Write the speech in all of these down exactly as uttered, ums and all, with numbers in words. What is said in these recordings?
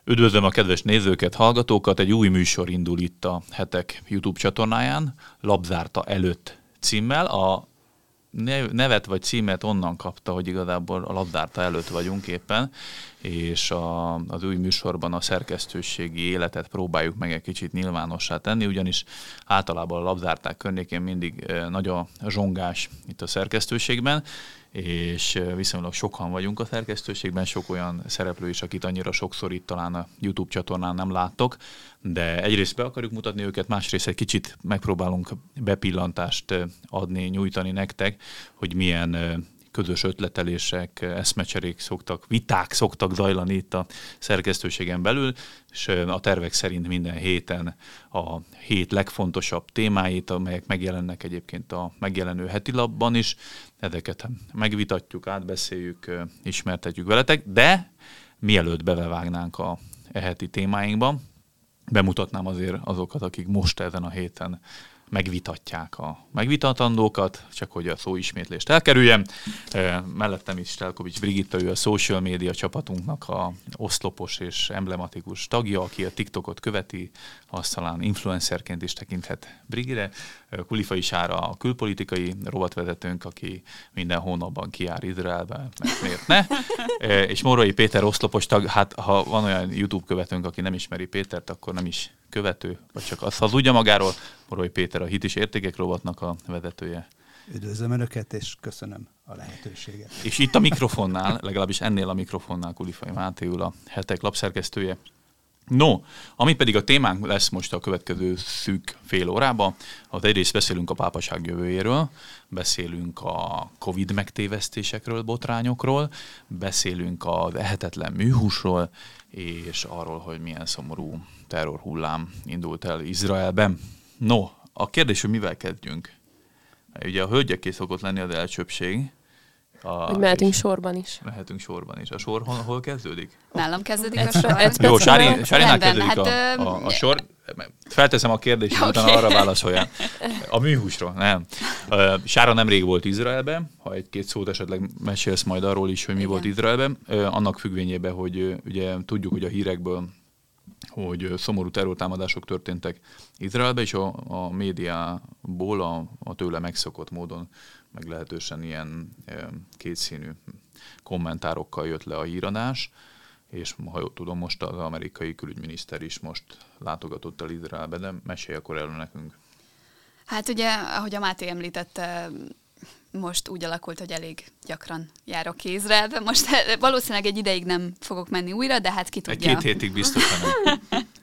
Üdvözlöm a kedves nézőket, hallgatókat! Egy új műsor indul itt a Hetek YouTube csatornáján, Labzárta előtt címmel. A nevet vagy címet onnan kapta, hogy igazából a Labzárta előtt vagyunk éppen, és a, az új műsorban a szerkesztőségi életet próbáljuk meg egy kicsit nyilvánossá tenni, ugyanis általában a labzárták környékén mindig nagy a zsongás itt a szerkesztőségben, és viszonylag sokan vagyunk a szerkesztőségben, sok olyan szereplő is, akit annyira sokszor itt talán a YouTube csatornán nem láttok, de egyrészt be akarjuk mutatni őket, másrészt egy kicsit megpróbálunk bepillantást adni, nyújtani nektek, hogy milyen közös ötletelések, eszmecserék szoktak, viták szoktak zajlani itt a szerkesztőségen belül, és a tervek szerint minden héten a hét legfontosabb témáit, amelyek megjelennek egyébként a megjelenő heti lapban is, ezeket megvitatjuk, átbeszéljük, ismertetjük veletek, de mielőtt bevevágnánk a e heti témáinkba, bemutatnám azért azokat, akik most ezen a héten megvitatják a megvitatandókat, csak hogy a szóismétlést elkerüljem. E, mellettem is Telkovics Brigitta, ő a social media csapatunknak a oszlopos és emblematikus tagja, aki a TikTokot követi, azt talán influencerként is tekinthet Brigire. Kulifai Sára a külpolitikai rovatvezetőnk, aki minden hónapban kijár Izraelbe, mert miért ne. E, és Morai Péter oszlopos tag, hát ha van olyan YouTube követőnk, aki nem ismeri Pétert, akkor nem is követő, vagy csak azt hazudja magáról. Morai Péter a Hit és Értékek rovatnak a vezetője. Üdvözlöm Önöket, és köszönöm a lehetőséget. És itt a mikrofonnál, legalábbis ennél a mikrofonnál Kulifai Máté ül, a Hetek lapszerkesztője. No, ami pedig a témánk lesz most a következő szűk fél órában, az egyrészt beszélünk a pápaság jövőjéről, beszélünk a Covid megtévesztésekről, botrányokról, beszélünk az ehetetlen műhúsról, és arról, hogy milyen szomorú terrorhullám indult el Izraelben. No, a kérdés, hogy mivel kezdjünk? Ugye a hölgyeké szokott lenni az elsőbbség. A, hogy mehetünk sorban is. Mehetünk sorban is. A sor hol, hol kezdődik? Nálam kezdődik a sor. Jó, Sári, Sárinál kezdődik hát, a, a, a sor. Felteszem a kérdést, okay. Utána arra válaszoljál. A műhúsról, nem. Sára nemrég volt Izraelben, ha egy-két szót esetleg mesélsz majd arról is, hogy mi Igen. volt Izraelben. Annak függvényében, hogy ugye tudjuk, hogy a hírekből, hogy szomorú terrortámadások történtek Izraelben, és a, a médiából a, a tőle megszokott módon meglehetősen ilyen kétszínű kommentárokkal jött le a híradás, és ha jól tudom, most az amerikai külügyminiszter is most látogatott el Izraelbe, de mesélj akkor elő nekünk. Hát ugye, ahogy a Máté említette, most úgy alakult, hogy elég gyakran járok ki Izraelbe. Most valószínűleg egy ideig nem fogok menni újra, de hát ki tudja. Egy két hétig biztosan nem.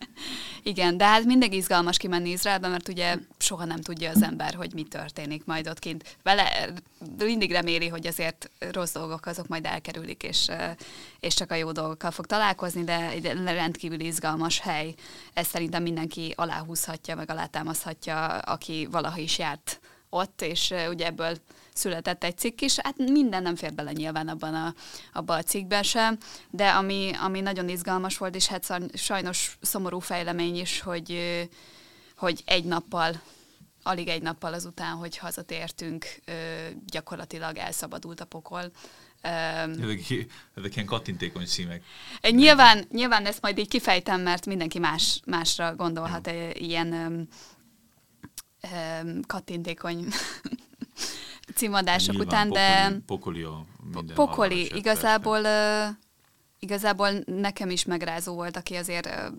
Igen, de hát mindig izgalmas kimenni Izraelbe, mert ugye soha nem tudja az ember, hogy mi történik majd ott kint. Vele mindig reméli, hogy azért rossz dolgok azok majd elkerülik, és, és csak a jó dolgokkal fog találkozni, de rendkívül izgalmas hely. Ezt szerintem mindenki aláhúzhatja, meg alátámaszhatja, aki valaha is járt ott, és ugye ebből született egy cikk is. Hát minden nem fér bele nyilván abban a, abban a cikkben sem, de ami, ami nagyon izgalmas volt, és hát sajnos szomorú fejlemény is, hogy, hogy egy nappal, alig egy nappal azután, hogy hazatértünk, gyakorlatilag elszabadult a pokol. Ezek, ezek ilyen kattintékony címek. Nyilván, nyilván ezt majd így kifejtem, mert mindenki más, másra gondolhat hmm. ilyen um, um, kattintékony címadások után, pokoli, de pokoli, a minden pokoli. Igazából, uh, igazából nekem is megrázó volt, aki azért uh,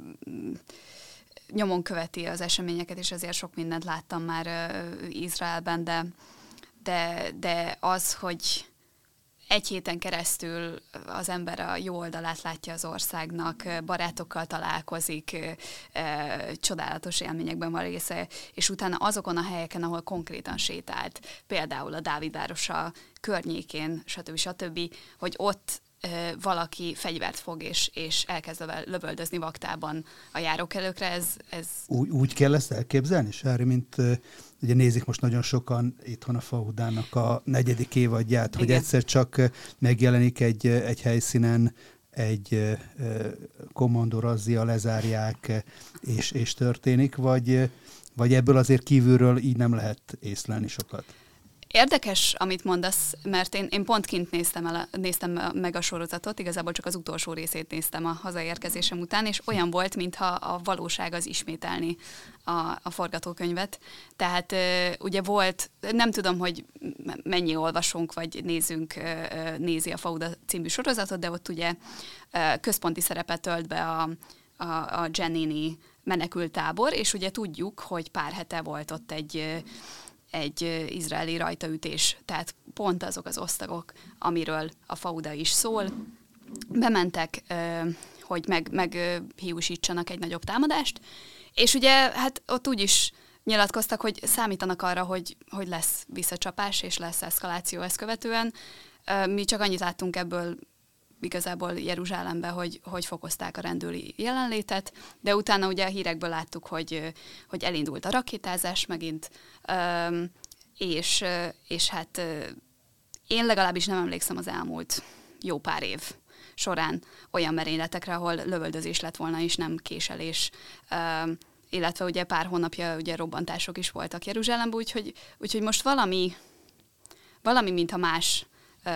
nyomon követi az eseményeket, és azért sok mindent láttam már uh, Izraelben, de, de, de az, hogy egy héten keresztül az ember a jó oldalát látja az országnak, barátokkal találkozik, csodálatos élményekben van része, és utána azokon a helyeken, ahol konkrétan sétált, például a Dávidvárosa környékén, stb. stb., hogy ott valaki fegyvert fog, és, és elkezd lövöldözni vaktában a járókelőkre, ez... ez... Úgy, úgy kell ezt elképzelni, Sári, mint ugye nézik most nagyon sokan itthon a Faudának a negyedik évadját, Igen. hogy egyszer csak megjelenik egy, egy helyszínen egy kommandó razzia, lezárják, és, és történik, vagy, vagy ebből azért kívülről így nem lehet észlelni sokat? Érdekes, amit mondasz, mert én, én pont kint néztem, el, néztem meg a sorozatot, igazából csak az utolsó részét néztem a hazaérkezésem után, és olyan volt, mintha a valóság az ismételni a, a forgatókönyvet. Tehát ugye volt, nem tudom, hogy mennyi olvasónk vagy nézünk, nézi a Fauda című sorozatot, de ott ugye központi szerepet tölt be a, a, a Jenini menekülttábor, és ugye tudjuk, hogy pár hete volt ott egy egy izraeli rajtaütés, tehát pont azok az osztagok, amiről a Fauda is szól. Bementek, hogy meg, meghiúsítsanak egy nagyobb támadást, és ugye hát ott úgy is nyilatkoztak, hogy számítanak arra, hogy, hogy lesz visszacsapás, és lesz eszkaláció ezt követően. Mi csak annyit láttunk ebből igazából Jeruzsálembe, hogy, hogy fokozták a rendőri jelenlétet, de utána ugye a hírekből láttuk, hogy, hogy elindult a rakétázás megint, és, és hát én legalábbis nem emlékszem az elmúlt jó pár év során olyan merényletekre, ahol lövöldözés lett volna, és nem késelés, illetve ugye pár hónapja ugye robbantások is voltak Jeruzsálemben, úgyhogy, úgyhogy most valami, valami mintha más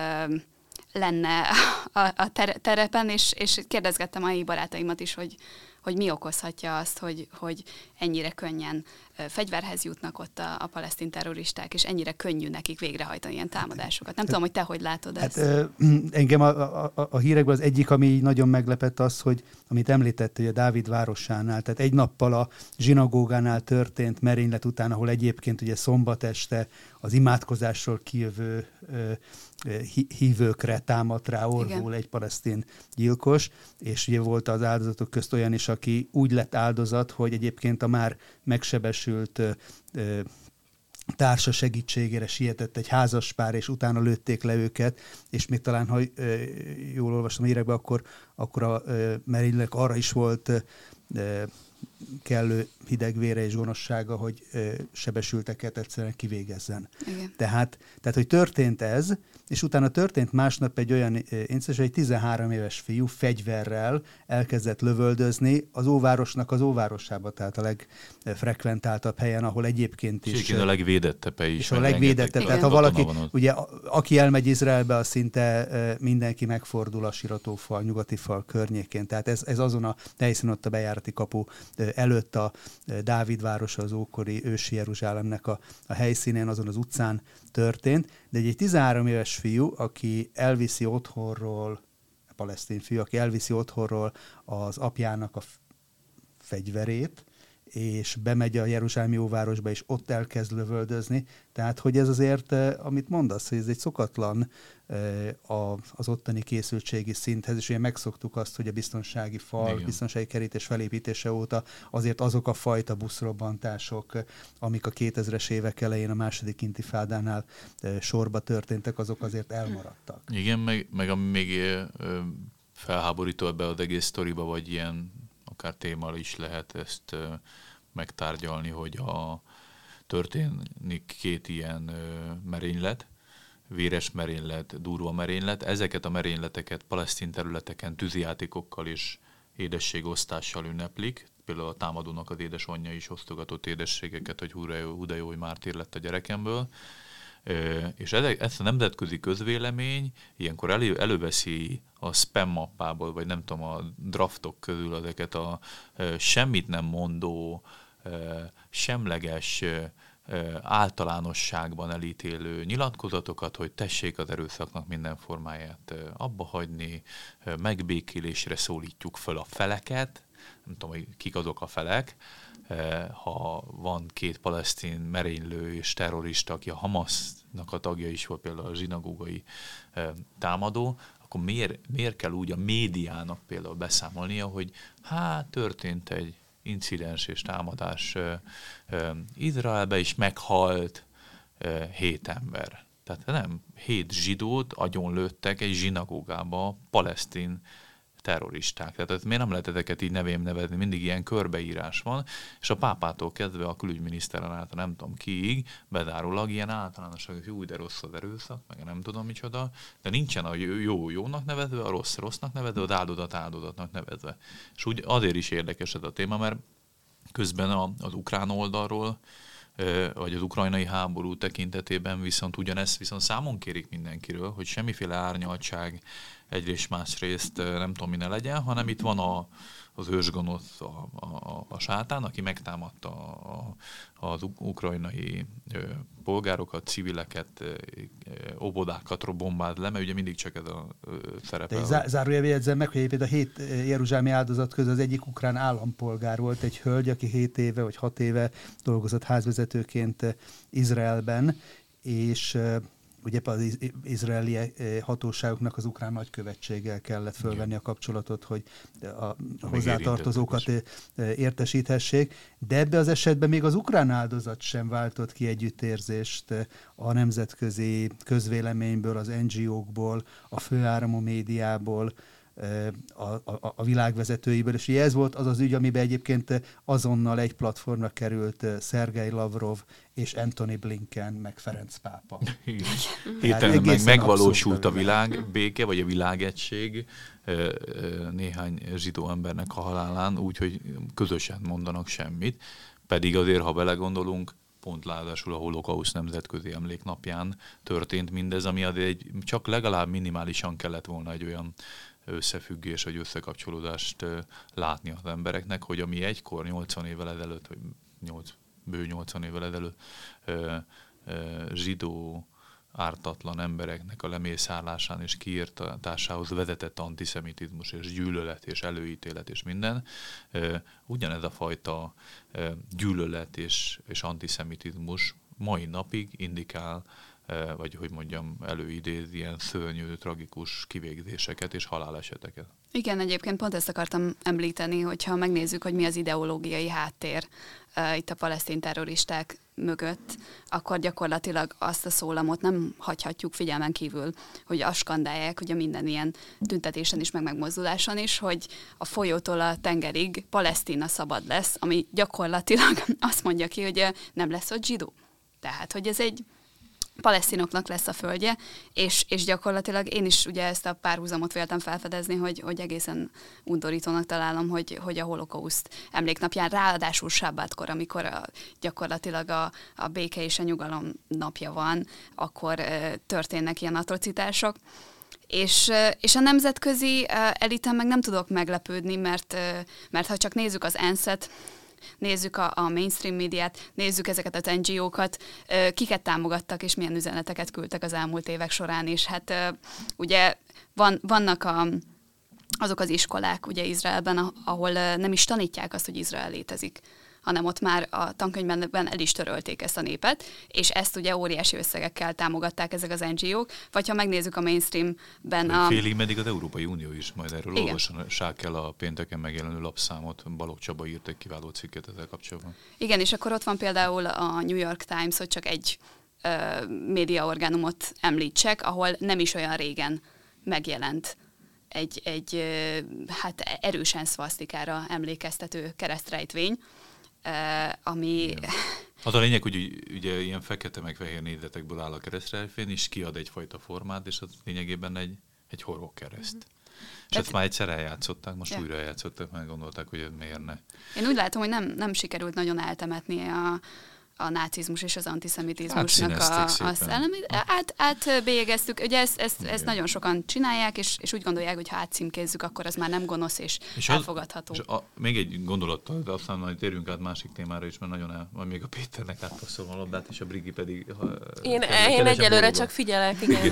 lenne a, a terepen, és, és kérdezgettem a barátaimat is, hogy, hogy mi okozhatja azt, hogy, hogy ennyire könnyen fegyverhez jutnak ott a, a palesztin terroristák, és ennyire könnyű nekik végrehajtani ilyen támadásokat. Nem tudom, hogy te hogy látod hát, ezt. Engem a, a, a hírekből az egyik, ami nagyon meglepett az, hogy amit említett, hogy a Dávid városánál, tehát egy nappal a zsinagógánál történt merénylet után, ahol egyébként ugye szombat este az imádkozásról kijövő ö, hívőkre támadt rá orvul egy palesztin gyilkos, és ugye volt az áldozatok közt olyan is, aki úgy lett áldozat, hogy egyébként a már megsebesült ö, ö, társa segítségére sietett egy házaspár, és utána lőtték le őket, és még talán, ha ö, jól olvastam a hírekben, akkor, akkor a ö, merényletnek arra is volt ö, kellő hidegvére és gonoszsága, hogy ö, sebesülteket egyszerűen kivégezzen. Igen. Tehát, tehát, hogy történt ez, és utána történt másnap egy olyan incidens, hogy egy tizenhárom éves fiú fegyverrel elkezdett lövöldözni az óvárosnak az óvárosába, tehát a legfrekventáltabb helyen, ahol egyébként is... És a legvédettebb hely is. És a legvédettebb, tehát ha valaki, ugye, aki elmegy Izraelbe, az szinte mindenki megfordul a siratófal, nyugati fal környékén, tehát ez, ez azon a helyszínen, ott a bejárati kapu előtt a Dávid városa, az ókori ősi Jeruzsálemnek a, a helyszínén, azon az utcán történt, de egy, egy tizenhárom éves fiú, aki elviszi otthonról, a palesztin fiú, aki elviszi otthonról az apjának a fegyverét, és bemegy a jeruzsálemi óvárosba, és ott elkezd lövöldözni. Tehát, hogy ez azért, amit mondasz, hogy ez egy szokatlan az ottani készültségi szinthez, és ugye megszoktuk azt, hogy a biztonsági fal, igen, biztonsági kerítés felépítése óta azért azok a fajta buszrobbantások, amik a kétezres évek elején a második intifádánál sorba történtek, azok azért elmaradtak. Igen, meg, meg ami még felháborító ebbe az egész sztoriba, vagy ilyen akár témával is lehet ezt uh, megtárgyalni, hogy a, történik két ilyen uh, merénylet, véres merénylet, durva merénylet. Ezeket a merényleteket palesztin területeken tűzijátékokkal és édességosztással ünneplik. Például a támadónak az édesanyja is osztogatott édességeket, hogy húra jó, húda jó, hogy mártír lett a gyerekemből. Uh, és ezt a nemzetközi közvélemény ilyenkor elő, előveszi a spam mappából, vagy nem tudom, a draftok közül ezeket a uh, semmit nem mondó, uh, semleges, uh, általánosságban elítélő nyilatkozatokat, hogy tessék az erőszaknak minden formáját uh, abba hagyni, uh, megbékélésre szólítjuk föl a feleket, nem tudom, hogy kik azok a felek, ha van két palesztin merénylő és terrorista, aki a Hamasznak a tagja is volt, például a zsinagógai támadó, akkor miért, miért kell úgy a médiának például beszámolnia, hogy hát történt egy incidens és támadás Izraelbe, is meghalt hét ember. Tehát nem, hét zsidót agyonlőttek egy zsinagógába palesztin terroristák. Tehát ez miért nem lehet ezeket így nevén nevezni? Mindig ilyen körbeírás van, és a pápától kezdve a külügyminiszteren át, nem tudom kiig, bezárólag ilyen általánosak, hogy jó, de rossz az erőszak, meg nem tudom micsoda, de nincsen a jó jónak nevezve, a rossz rossznak nevezve, az áldozat áldozatnak nevezve. És úgy azért is érdekes ez a téma, mert közben a, az ukrán oldalról vagy az ukrajnai háború tekintetében viszont ugyanezt viszont számon kérik mindenkiről, hogy semmiféle árnyaltság egyrészt másrészt nem tudom, mi ne legyen, hanem itt van a, az ősgonosz, a, a, a sátán, aki megtámadta a, az ukrajnai polgárokat, civileket, óvodákat bombáz le, mert ugye mindig csak ez a szerepel. Zá- zárójelbe jegyzem meg, hogy egyébként a hét jeruzsálemi áldozat közül az egyik ukrán állampolgár volt, egy hölgy, aki hét éve vagy hat éve dolgozott házvezetőként Izraelben, és ugye az izraeli hatóságoknak az ukrán nagykövetséggel kellett fölvenni a kapcsolatot, hogy a hozzátartozókat értesíthessék, de ebbe az esetben még az ukrán áldozat sem váltott ki együttérzést a nemzetközi közvéleményből, az en gé ókból, a főáramú médiából, A, a, a világvezetőiből, és ez volt az az ügy, amiben egyébként azonnal egy platformra került Szergej Lavrov és Antony Blinken, meg Ferenc pápa. Héten meg megvalósult a világbéke, vagy a világegység néhány zsidó embernek a halálán, úgyhogy közösen mondanak semmit, pedig azért, ha belegondolunk, pont ráadásul a Holokauszt nemzetközi emléknapján történt mindez, ami azért egy, csak legalább minimálisan kellett volna egy olyan összefüggés, vagy összekapcsolódást látni az embereknek, hogy ami egykor nyolcvan évvel ezelőtt, vagy nyolc, bő nyolcvan évvel ezelőtt ö, ö, zsidó ártatlan embereknek a lemészárlásán és kiirtásához vezetett antiszemitizmus és gyűlölet és előítélet és minden, ö, ugyanez a fajta ö, gyűlölet és, és antiszemitizmus mai napig indikál, vagy hogy mondjam, előidéz ilyen szörnyű, tragikus kivégzéseket és haláleseteket. Igen, egyébként pont ezt akartam említeni, hogyha megnézzük, hogy mi az ideológiai háttér uh, itt a palesztin terroristák mögött, akkor gyakorlatilag azt a szólamot nem hagyhatjuk figyelmen kívül, hogy azt skandálják, ugye minden ilyen tüntetésen is, meg megmozduláson is, hogy a folyótól a tengerig Palesztina szabad lesz, ami gyakorlatilag azt mondja ki, hogy nem lesz ott zsidó. Tehát, hogy ez egy palesztinoknak lesz a földje, és, és gyakorlatilag én is ugye ezt a párhuzamot véltem felfedezni, hogy, hogy egészen undorítónak találom, hogy, hogy a holokauszt emléknapján, ráadásul sábbátkor, amikor a, gyakorlatilag a, a béke és a nyugalom napja van, akkor e, történnek ilyen atrocitások. És, és a nemzetközi eliten meg nem tudok meglepődni, mert, mert ha csak nézzük az ENSZ-et, nézzük a, a mainstream médiát, nézzük ezeket az en gé ókat, kiket támogattak és milyen üzeneteket küldtek az elmúlt évek során, és hát ugye van, vannak a, azok az iskolák ugye Izraelben, ahol nem is tanítják azt, hogy Izrael létezik, hanem ott már a tankönyvben el is törölték ezt a népet, és ezt ugye óriási összegekkel támogatták ezek az en gé ók, vagy ha megnézzük a mainstreamben a... Félig meddig az Európai Unió is, majd erről olvassák kell a pénteken megjelenő lapszámot. Balogh Csaba írt egy kiváló cikket ezzel kapcsolatban. Igen, és akkor ott van például a New York Times, hogy csak egy ö, médiaorgánumot említsek, ahol nem is olyan régen megjelent egy, egy ö, hát erősen szvasztikára emlékeztető keresztrejtvény, Uh, ami... Igen. Az a lényeg, hogy ugye ilyen fekete meg fehér nézetekből áll a keresztrejtvény, és kiad egyfajta formát, és az lényegében egy, egy horog kereszt. Mm-hmm. És ezt már egyszer eljátszották, most ja. újra eljátszották, meg gondolták, hogy ez miért ne. Én úgy látom, hogy nem, nem sikerült nagyon eltemetni a, a nácizmus és az antiszemitizmusnak hát, a, a szellemét. Át, átbélyegeztük, ugye ezt, ezt, ezt nagyon sokan csinálják, és, és úgy gondolják, hogy ha átcímkézzük, akkor az már nem gonosz és, és elfogadható. Az, és a, még egy gondolattal, de aztán majd térjünk át másik témára is, mert nagyon el, majd még a Péternek átpasszolom a labdát, és a Brigi pedig... Ha, én keres, én egyelőre borúba. Csak figyelek, igen.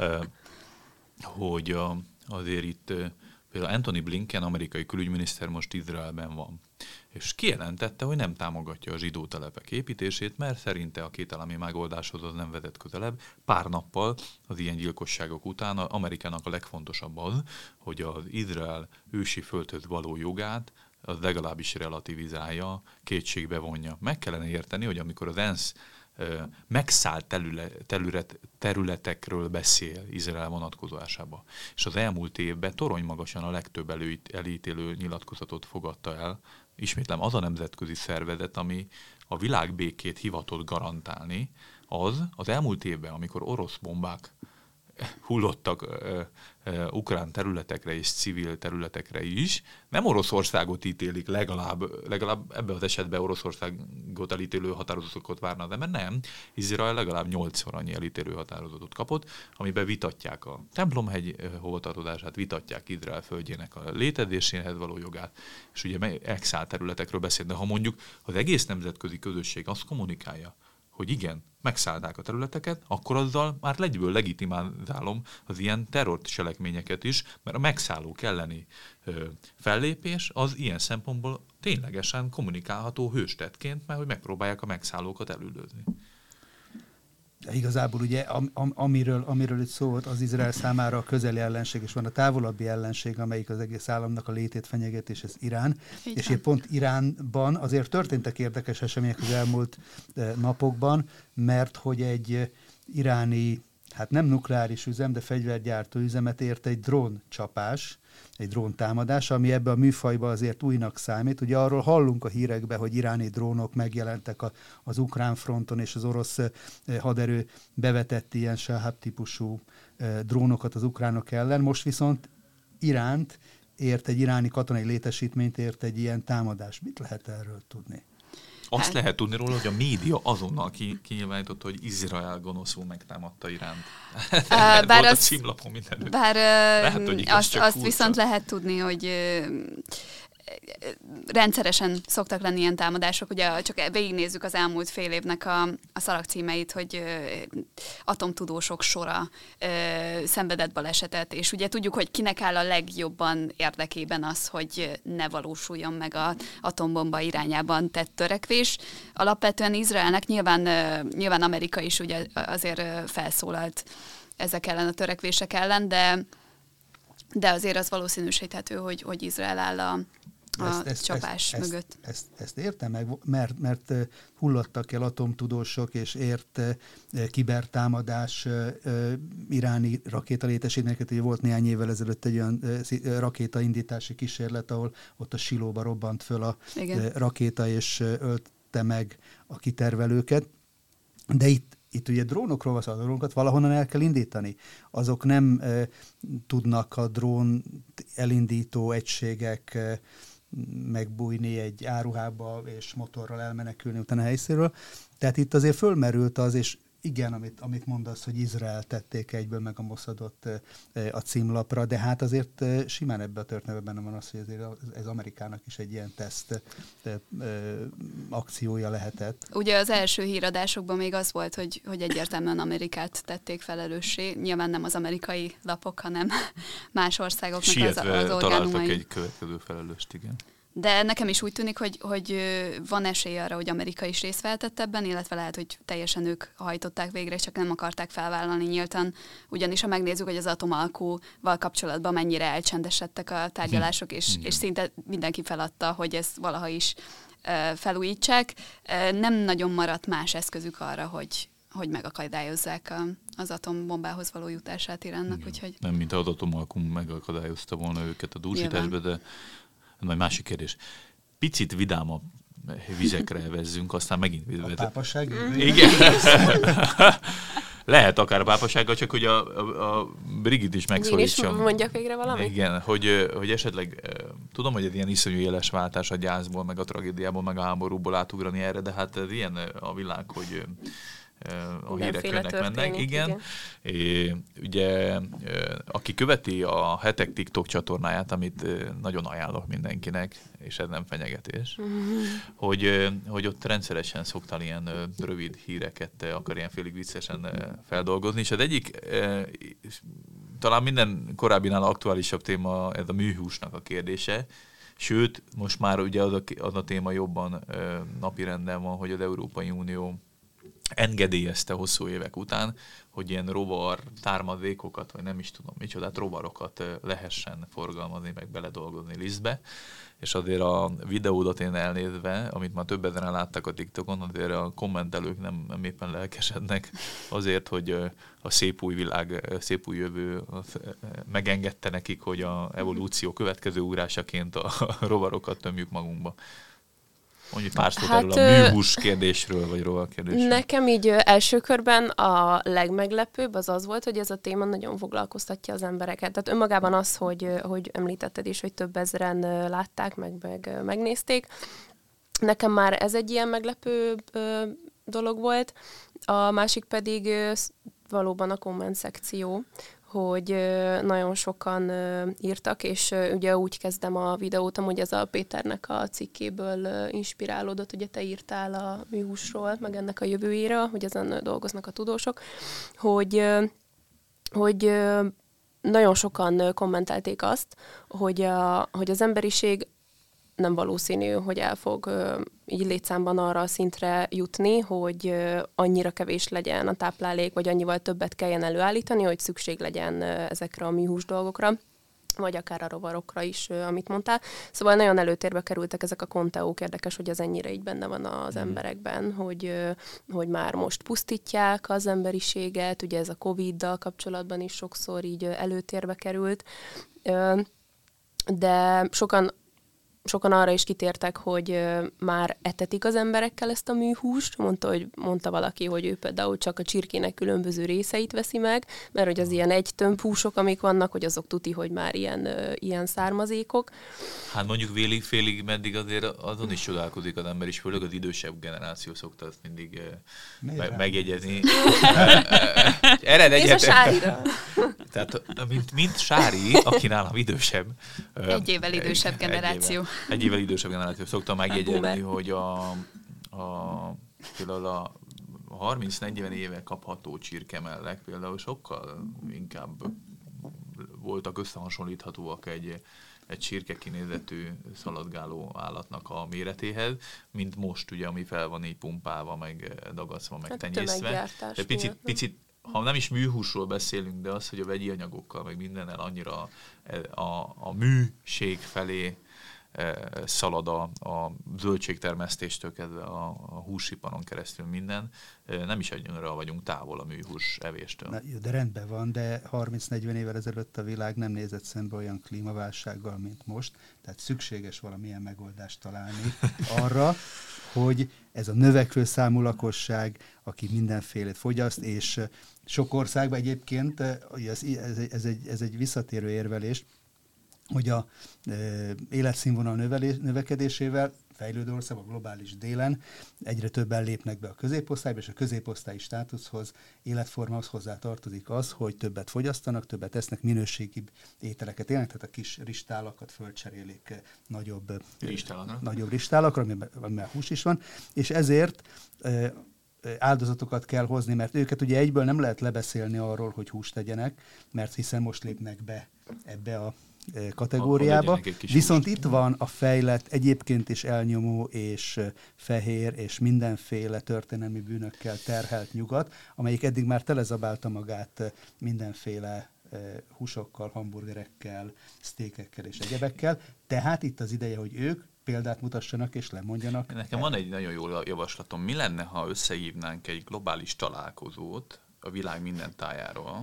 Hogy a, azért itt például Antony Blinken, amerikai külügyminiszter most Izraelben van, és kijelentette, hogy nem támogatja a zsidó telepek építését, mert szerinte a kétállami megoldáshoz az nem vezet közelebb. Pár nappal az ilyen gyilkosságok után Amerikának a legfontosabb az, hogy az Izrael ősi földhöz való jogát az legalábbis relativizálja, kétségbe vonja. Meg kellene érteni, hogy amikor az ENSZ megszállt terület, területekről beszél Izrael vonatkozásában. És az elmúlt évben torony magasan a legtöbb előít, elítélő nyilatkozatot fogadta el, ismétlem az a nemzetközi szervezet, ami a világbékét hivatott garantálni, az az elmúlt évben, amikor orosz bombák hullottak uh, uh, ukrán területekre és civil területekre is. Nem Oroszországot ítélik, legalább, legalább ebben az esetben Oroszországot elítélő határozatokat várna, de mert nem. Izrael legalább nyolcszor annyi elítélő határozatot kapott, amiben vitatják a templomhegy hovatartozását, vitatják Izrael földjének a létezéséhez való jogát, és ugye exált területekről beszél, de ha mondjuk az egész nemzetközi közösség azt kommunikálja, hogy igen, megszállták a területeket, akkor azzal már legyből legitimálom az ilyen terrorcselekményeket is, mert a megszállók elleni ö, fellépés az ilyen szempontból ténylegesen kommunikálható hőstettként, mert hogy megpróbálják a megszállókat elüldözni. De igazából ugye am, am, amiről, amiről itt szó volt, az Izrael számára a közeli ellenség, és van a távolabbi ellenség, amelyik az egész államnak a létét fenyegeti, és ez Irán. Így és én pont Iránban azért történtek érdekes események az elmúlt eh, napokban, mert hogy egy iráni, hát nem nukleáris üzem, de fegyvergyártó üzemet ért egy dróncsapás, egy dróntámadás, ami ebbe a műfajba azért újnak számít. Ugye arról hallunk a hírekben, hogy iráni drónok megjelentek a, az ukrán fronton, és az orosz eh, haderő bevetett ilyen Shahab típusú eh, drónokat az ukránok ellen. Most viszont Iránt ért egy iráni katonai létesítményt, ért egy ilyen támadás. Mit lehet erről tudni? Azt hát lehet tudni róla, hogy a média azonnal kinyilvánította, hogy Izrael gonoszul megtámadta Iránt. Uh, bár Volt az, a címlapon mindenütt. Bár lehet, hogy igaz, azt, azt viszont lehet tudni, hogy uh, rendszeresen szoktak lenni ilyen támadások. Ugye csak végignézzük az elmúlt fél évnek a, a szalagcímeit, hogy uh, atomtudósok sora uh, szenvedett balesetet, és ugye tudjuk, hogy kinek áll a legjobban érdekében az, hogy ne valósuljon meg az atombomba irányában tett törekvés. Alapvetően Izraelnek nyilván, uh, nyilván Amerika is ugye azért uh, felszólalt ezek ellen a törekvések ellen, de, de azért az valószínűsíthető, hogy, hogy Izrael áll a a ezt, ezt, csapás ezt, mögött. Ezt, ezt, ezt értem meg, mert, mert hullottak el atomtudósok, és ért kibertámadás iráni rakétalétesítményeket. Ugye volt néhány évvel ezelőtt egy olyan rakétaindítási kísérlet, ahol ott a Silóba robbant föl a Igen. rakéta, és ölte meg a kitervelőket. De itt Itt ugye drónokról van szó, a drónokat valahonnan el kell indítani. Azok nem e, tudnak a drón elindító egységek e, megbújni egy áruhába, és motorral elmenekülni utána a helyszínről. Tehát itt azért fölmerült az, és igen, amit, amit mondasz, hogy Izrael tették egyből meg a Mossadot e, a címlapra, de hát azért e, simán ebben a történetben benne van az, hogy azért ez Amerikának is egy ilyen teszt e, e, akciója lehetett. Ugye az első híradásokban még az volt, hogy, hogy egyértelműen Amerikát tették felelőssé. Nyilván nem az amerikai lapok, hanem más országoknak Sietve az, az orgánumai. találtak egy következő felelőst, igen. De nekem is úgy tűnik, hogy, hogy van esély arra, hogy Amerika is részt vehetett ebben, illetve lehet, hogy teljesen ők hajtották végre, csak nem akarták felvállalni nyíltan. Ugyanis ha megnézzük, hogy az atomalkúval kapcsolatban mennyire elcsendesedtek a tárgyalások, és, és szinte mindenki feladta, hogy ezt valaha is uh, felújítsák. Uh, nem nagyon maradt más eszközük arra, hogy, hogy megakadályozzák a, az atombombához való jutását Iránnak. Úgyhogy... Nem, mint az atomalkú megakadályozta volna őket a dúsításba, de majd másik kérdés. Picit vidámabb vizekre vezzünk, aztán megint... A pápaság? Igen. Lehet akár a pápasággal, csak hogy a, a, a Brigitte is megszólítson. Én is mondjak végre valamit? Igen, hogy, hogy esetleg, tudom, hogy egy ilyen iszonyú éles váltás a gyászból, meg a tragédiából, meg a háborúból átugrani erre, de hát ez ilyen a világ, hogy a hírek jönnek, mennek. Igen. igen. É, ugye, aki követi a Hetek TikTok csatornáját, amit nagyon ajánlok mindenkinek, és ez nem fenyegetés, mm-hmm. hogy, hogy ott rendszeresen szoktál ilyen rövid híreket, akar ilyen félig viccesen feldolgozni, és az egyik talán minden korábbinál aktuálisabb téma ez a műhúsnak a kérdése, sőt, most már ugye az a, az a téma jobban napirenden van, hogy az Európai Unió engedélyezte hosszú évek után, hogy ilyen rovar tármadékokat, vagy nem is tudom micsodát, rovarokat lehessen forgalmazni, meg beledolgozni lisztbe, és azért a videódat én elnézve, amit már több ezeren láttak a TikTokon, azért a kommentelők nem, nem éppen lelkesednek azért, hogy a szép új világ, szép új jövő megengedte nekik, hogy a evolúció következő ugrásaként a rovarokat tömjük magunkba. Mondjuk pár szót Hát, erről a műhús kérdésről, vagy róla kérdésről. Nekem így első körben a legmeglepőbb az az volt, hogy ez a téma nagyon foglalkoztatja az embereket. Tehát önmagában az, hogy, hogy említetted is, hogy több ezeren látták, meg, meg megnézték. Nekem már ez egy ilyen meglepő dolog volt. A másik pedig valóban a komment szekció, hogy nagyon sokan írtak, és ugye úgy kezdem a videót, amúgy ez a Péternek a cikkéből inspirálódott, ugye te írtál a műhúsról, meg ennek a jövőjéről, hogy ezen dolgoznak a tudósok, hogy, hogy nagyon sokan kommentelték azt, hogy, a, hogy az emberiség nem valószínű, hogy el fog így létszámban arra a szintre jutni, hogy annyira kevés legyen a táplálék, vagy annyival többet kelljen előállítani, hogy szükség legyen ezekre a műhús dolgokra, vagy akár a rovarokra is, amit mondtál. Szóval nagyon előtérbe kerültek ezek a konteók, érdekes, hogy ez ennyire így benne van az mm. emberekben, hogy, hogy már most pusztítják az emberiséget, ugye ez a Coviddal kapcsolatban is sokszor így előtérbe került, de sokan Sokan arra is kitértek, hogy uh, már etetik az emberekkel ezt a műhúst. Mondta, hogy, mondta valaki, hogy ő például csak a csirkének különböző részeit veszi meg, mert hogy az ilyen egy tömb húsok, amik vannak, hogy azok tuti, hogy már ilyen, uh, ilyen származékok. Hát mondjuk vélig-félig meddig azért azon is csodálkozik az ember is, főleg az idősebb generáció szokta azt mindig uh, me- megjegyezni. Ered egyet. Nézd a Sárira. Tehát mint, mint Sári, aki nálam idősebb. Egy évvel idősebb egy, generáció. Egy évvel, egy évvel idősebb generáció. Szoktam megjegyezni, hogy a, a, például a harminc-negyven éve kapható csirke mellett például sokkal inkább voltak összehasonlíthatóak egy, egy csirke kinézetű szaladgáló állatnak a méretéhez, mint most, ugye, ami fel van így pumpálva, meg dagaszva, meg hát tenyészve. De picit, picit, ha nem is műhúsról beszélünk, de az, hogy a vegyi anyagokkal, meg mindennel annyira a, a műség felé szalad a, a zöldségtermesztéstől kezdve a, a húsiparon keresztül minden, nem is annyira vagyunk távol a műhús evéstől. Na, de rendben van, de harminc-negyven évvel ezelőtt a világ nem nézett szembe olyan klímaválsággal, mint most, tehát szükséges valamilyen megoldást találni arra, hogy ez a növekvő számú lakosság, aki mindenfélét fogyaszt, és sok országban egyébként, ez, ez, ez, egy, ez egy visszatérő érvelés, hogy a e, életszínvonal növelés, növekedésével fejlődő országban, globális délen egyre többen lépnek be a középosztályba, és a középosztályi státuszhoz, életformához hozzá tartozik az, hogy többet fogyasztanak, többet esznek, minőségibb ételeket élnek, tehát a kis ristálakat fölcserélik nagyobb ristálakra, nagyobb ristálakra, amiben, amiben hús is van, és ezért e, áldozatokat kell hozni, mert őket ugye egyből nem lehet lebeszélni arról, hogy húst tegyenek, mert hiszen most lépnek be ebbe a kategóriába. Viszont húst. Itt van a fejlett, egyébként is elnyomó és fehér és mindenféle történelmi bűnökkel terhelt nyugat, amelyik eddig már telezabálta magát mindenféle húsokkal, hamburgerekkel, sztékekkel és egyebekkel. Tehát itt az ideje, hogy ők példát mutassanak és lemondjanak. Nekem van egy nagyon jó javaslatom. Mi lenne, ha összehívnánk egy globális találkozót a világ minden tájáról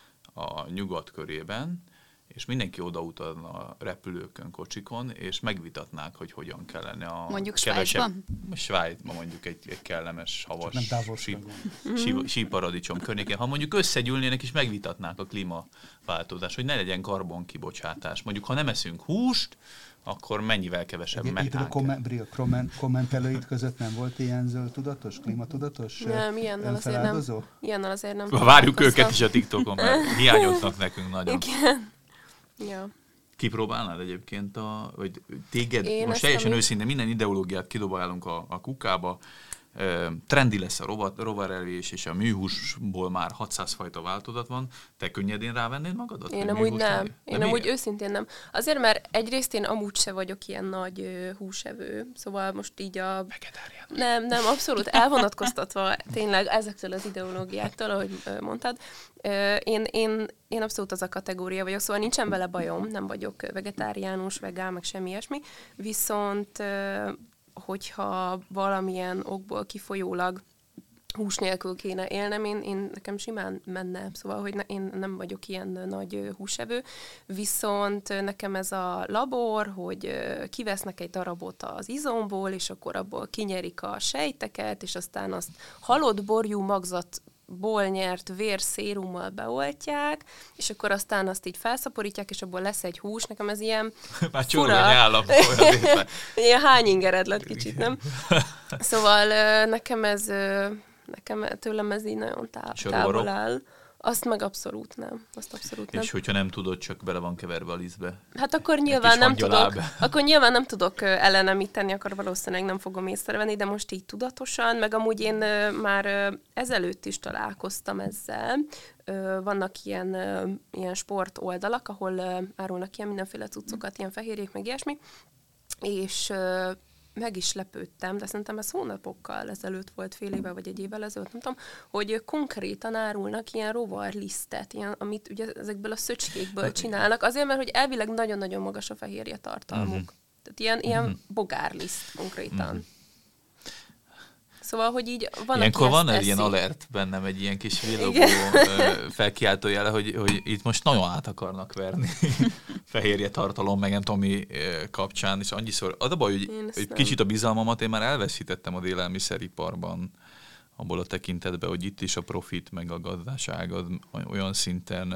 a nyugat körében, és mindenki odautazna a repülőkön, kocsikon, és megvitatnák, hogy hogyan kellene a mondjuk kevesebb... Svájcban mondjuk egy, egy kellemes, havas sí, sí, síparadicsom környékén. Ha mondjuk összegyűlnének és megvitatnák a klímaváltozást, hogy ne legyen karbonkibocsátás. Mondjuk, ha nem eszünk húst, akkor mennyivel kevesebb metán kell. Itt a komment, kommentelőid között nem volt ilyen zöld tudatos, klímatudatos nem, ilyennel azért nem. Ilyennel azért nem. Várjuk őket is a TikTokon, mert hiányoznak nekünk nagyon. Igen. Ja. Kipróbálnád egyébként, a, vagy téged, én most teljesen ami... őszintén minden ideológiát kidobálunk a, a kukába, trendi lesz a rovar, rovarelvés, és a műhúsból már hatszáz fajta változat van. Te könnyedén rávennéd magadat? Én amúgy nem. Én amúgy miért? Őszintén nem. Azért, mert egyrészt én amúgy se vagyok ilyen nagy uh, húsevő, szóval most így a... Vegetáriánus. Nem, nem, abszolút elvonatkoztatva tényleg ezektől az ideológiáktól, ahogy uh, mondtad. Uh, én, én, én abszolút az a kategória vagyok, szóval nincsen vele bajom, nem vagyok vegetáriánus, vegán, meg semmi ilyesmi, viszont... Uh, hogyha valamilyen okból kifolyólag hús nélkül kéne élnem, én, én nekem simán menne, szóval, hogy ne, én nem vagyok ilyen nagy húsevő, viszont nekem ez a labor, hogy kivesznek egy darabot az izomból, és akkor abból kinyerik a sejteket, és aztán azt halott borjú magzat ból nyert vérszérummal beoltják, és akkor aztán azt így felszaporítják, és abból lesz egy hús. Nekem ez ilyen már fura. Nyálam, ilyen hányingered lett kicsit, nem? Szóval nekem ez, nekem tőlem ez így nagyon táv, távol áll. Azt meg abszolút nem. Azt abszolút nem. És hogyha nem tudod, csak bele van keverve a lisztbe. Hát akkor nyilván nem tudok, akkor nyilván nem tudok ellenemíteni, akkor valószínűleg nem fogom észrevenni, de most így tudatosan, meg amúgy én már ezelőtt is találkoztam ezzel. Vannak ilyen, ilyen sport oldalak, ahol árulnak ilyen mindenféle cuccokat, ilyen fehérjék, meg ilyesmi, és meg is lepődtem, de szerintem ez hónapokkal ezelőtt volt, fél évvel vagy egy évvel ezelőtt, nem tudom, hogy konkrétan árulnak ilyen rovarlisztet, ilyen, amit ugye ezekből a szöcskékből csinálnak, azért, mert hogy elvileg nagyon-nagyon magas a fehérje tartalmuk. Uh-huh. Tehát ilyen, ilyen uh-huh. bogárliszt konkrétan. Uh-huh. Szóval, hogy így van, ilyenkor van egy ilyen alert bennem, egy ilyen kis villogó felkiáltójele, hogy, hogy itt most nagyon át akarnak verni fehérje tartalom, meg nem tudom mi kapcsán, és annyiszor, az a baj, hogy, hogy kicsit a bizalmamat én már elveszítettem az élelmiszeriparban, abból a tekintetben, hogy itt is a profit, meg a gazdaság az olyan szinten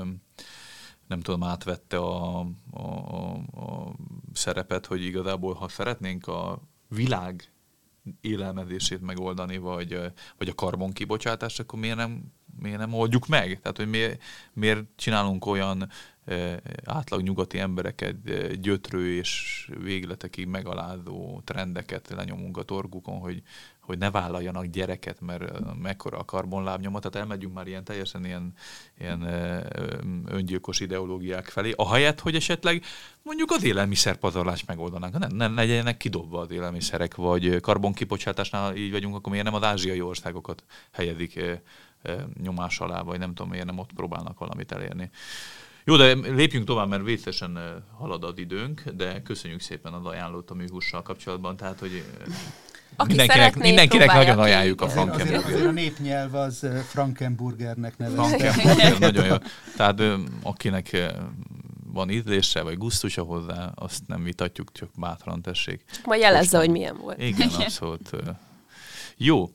nem tudom, átvette a, a, a, a szerepet, hogy igazából, ha szeretnénk a világ élelmezését megoldani, vagy, vagy a karbonkibocsátást, akkor miért nem, miért nem oldjuk meg? Tehát, hogy miért, miért csinálunk olyan eh, átlag nyugati embereket eh, gyötrő és végletekig megalázó trendeket lenyomunk a torkukon, hogy, hogy ne vállaljanak gyereket, mert mekkora a karbonlábnyoma, tehát elmegyünk már ilyen teljesen ilyen, ilyen eh, öngyilkos ideológiák felé, ahelyett, hogy esetleg mondjuk az élelmiszerpazarlást megoldanánk. Nem, nem legyenek kidobva az élelmiszerek, vagy karbonkibocsátásnál így vagyunk, akkor miért nem az ázsiai országokat helyezik eh, eh, nyomás alá, vagy nem tudom, miért nem ott próbálnak valamit elérni. Jó, de lépjünk tovább, mert vészesen halad az időnk, de köszönjük szépen az ajánlót a műhússal kapcsolatban, tehát, hogy aki mindenkinek, mindenkinek nagyon ajánljuk a Frankenburger. Azért a népnyelv az Frankenburgernek nevezte. Frankenburger, nagyon jó. Tehát akinek van ízlése, vagy gusztusa hozzá, azt nem vitatjuk, csak bátran tessék. Csak majd jelezze, hogy milyen volt. Igen, abszolút. Jó.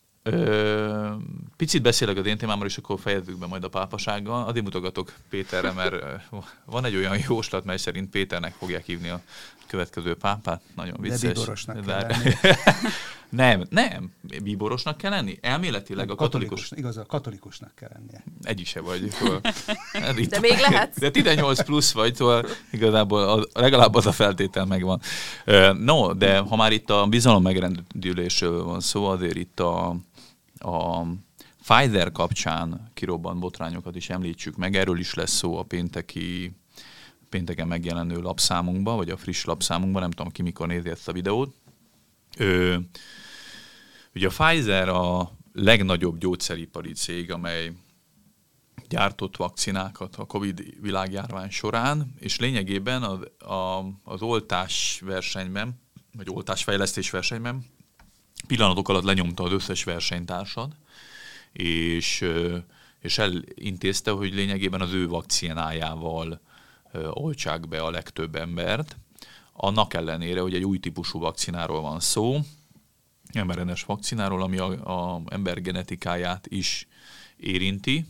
Ö, picit beszélek az én témámról, és akkor fejezzük be majd a pápasággal. Addig mutogatok Péterre, mert van egy olyan jóslat, mely szerint Péternek fogják hívni a következő pápát. Nagyon vicces. De bíborosnak de... kell lenni. Nem, nem. Bíborosnak kell lenni? Elméletileg a katolikus... katolikus. Igaz, a katolikusnak kell lennie. Egy se vagy. De még lehet. De tizennyolc plusz vagy, szóval igazából az, legalább az a feltétel megvan. No, de ha már itt a bizalom megrendülésről van szó, azért itt a, a Pfizer kapcsán kirobbant botrányokat is említsük meg. Erről is lesz szó a pénteki, pénteken megjelenő lapszámunkban, vagy a friss lapszámunkban, nem tudom ki mikor nézi ezt a videót. Ö, ugye a Pfizer a legnagyobb gyógyszeripari cég, amely gyártott vakcinákat a Covid világjárvány során, és lényegében az, a, az oltás versenyben, vagy oltásfejlesztés versenyben pillanatok alatt lenyomta az összes versenytársad, és, és elintézte, hogy lényegében az ő vakcinájával oltsák be a legtöbb embert. Annak ellenére, hogy egy új típusú vakcináról van szó, em er en es vakcináról, ami az ember genetikáját is érinti,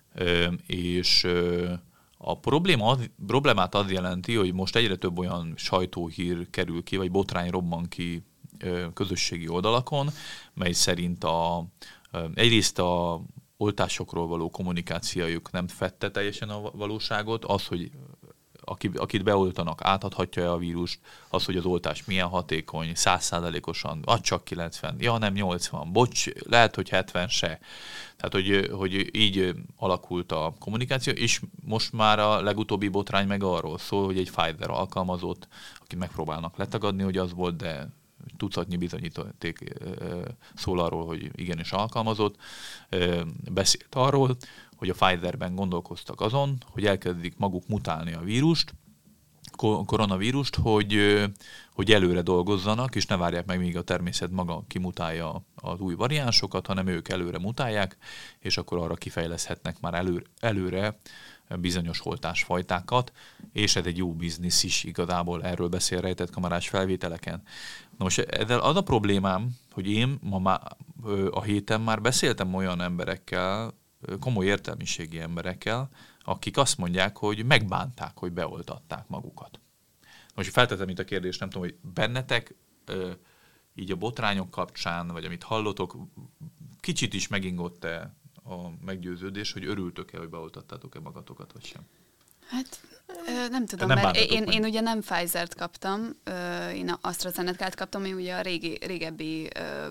és a probléma az, problémát az jelenti, hogy most egyre több olyan sajtóhír kerül ki, vagy botrány robban ki közösségi oldalakon, mely szerint a, egyrészt a oltásokról való kommunikációjuk nem fedte teljesen a valóságot, az, hogy Aki, akit beoltanak, átadhatja-e a vírust, az, hogy az oltás milyen hatékony, száz százalékosan, ad csak kilencven, ja nem nyolcvan, bocs, lehet, hogy hetven se. Tehát, hogy, hogy így alakult a kommunikáció, és most már a legutóbbi botrány meg arról szól, hogy egy Pfizer alkalmazott, akit megpróbálnak letagadni, hogy az volt, de tucatnyi bizonyíték szól arról, hogy igenis alkalmazott, beszélt arról, hogy a Pfizerben gondolkoztak azon, hogy elkezdik maguk mutálni a vírust, koronavírust, hogy, hogy előre dolgozzanak, és ne várják meg, míg a természet maga kimutálja az új variánsokat, hanem ők előre mutálják, és akkor arra kifejleszthetnek már elő, előre bizonyos oltásfajtákat, és ez egy jó biznisz is igazából, erről beszél Rejtett Kamarás felvételeken. Na most ezzel az a problémám, hogy én ma má, a héten már beszéltem olyan emberekkel, komoly értelmiségi emberekkel, akik azt mondják, hogy megbánták, hogy beoltatták magukat. Most feltettem itt a kérdést, nem tudom, hogy bennetek így a botrányok kapcsán, vagy amit hallotok, kicsit is megingott-e a meggyőződés, hogy örültök-e, hogy beoltattátok-e magatokat, vagy sem? Hát nem tudom, nem mert én, én ugye nem Pfizer-t kaptam, én AstraZeneca-t kaptam, én ugye a régi, régebbi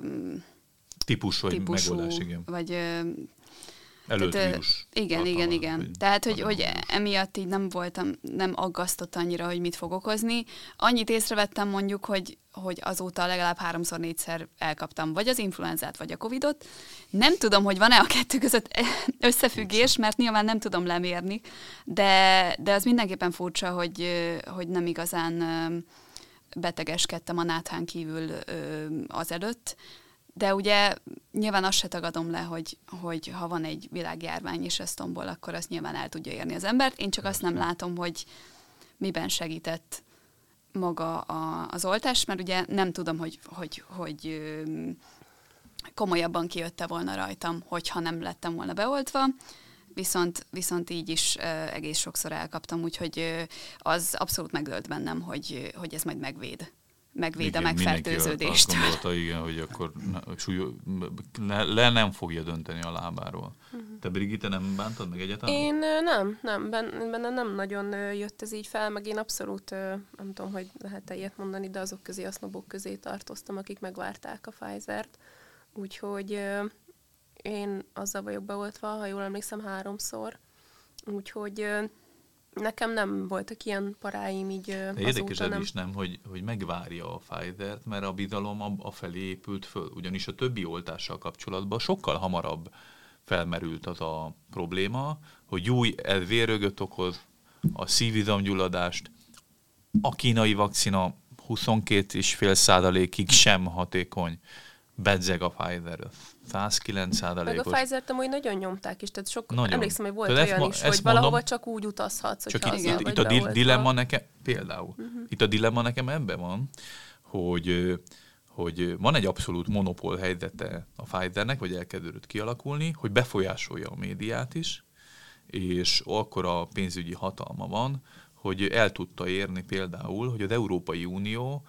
típus, vagy típusú, megoldás, igen. Vagy előtt tehát, vírus. Igen, igen, igen. Vagy tehát, hogy, hogy emiatt így nem voltam, nem aggasztott annyira, hogy mit fog okozni. Annyit észrevettem mondjuk, hogy, hogy azóta legalább háromszor, négyszer elkaptam vagy az influenzát, vagy a covidot. Nem tudom, hogy van-e a kettő között összefüggés, mert nyilván nem tudom lemérni, de, de az mindenképpen furcsa, hogy, hogy nem igazán betegeskedtem a náthán kívül azelőtt. De ugye nyilván azt se tagadom le, hogy, hogy ha van egy világjárvány és ez tombol, akkor azt nyilván el tudja érni az embert. Én csak azt nem látom, hogy miben segített maga a, az oltás, mert ugye nem tudom, hogy, hogy, hogy komolyabban kijötte volna rajtam, hogyha nem lettem volna beoltva, viszont, viszont így is egész sokszor elkaptam, úgyhogy az abszolút megdőlt bennem, hogy, hogy ez majd megvéd. megvéd igen, a megfertőződést. Azt gondolta, igen, hogy akkor súly, le, le nem fogja dönteni a lábáról. Uh-huh. Te, Brigitte, nem bántad meg egyáltalán? Én nem, nem, benne nem nagyon jött ez így fel, meg én abszolút, nem tudom, hogy lehet-e ilyet mondani, de azok közé, a sznobok közé tartoztam, akik megvárták a Pfizert. Úgyhogy én azzal vagyok beoltva, ha jól emlékszem, háromszor. Úgyhogy nekem nem voltak ilyen paráim így de azóta érdekes nem. is nem, hogy, hogy megvárja a Pfizert, mert a bizalom a, a felé épült föl. Ugyanis a többi oltással kapcsolatban sokkal hamarabb felmerült az a probléma, hogy új, ez vérrögöt okoz, a szívizomgyulladást, a kínai vakcina huszonkét egész öt százalékig sem hatékony, bedzeg a Pfizer, száz kilenc százalékos. Meg a Pfizer-t amúgy nagyon nyomták is, tehát sok, nagyon. Emlékszem, hogy volt tehát olyan ezt, is, ezt hogy mondom, valahova csak úgy utazhatsz, csak hogyha itt, itt, itt a di- dilemma nekem, például, uh-huh. itt a dilemma nekem ebben van, hogy, hogy van egy abszolút monopól helyzete a Pfizernek, vagy elkezdődött kialakulni, hogy befolyásolja a médiát is, és akkor a pénzügyi hatalma van, hogy el tudta érni például, hogy az Európai Unió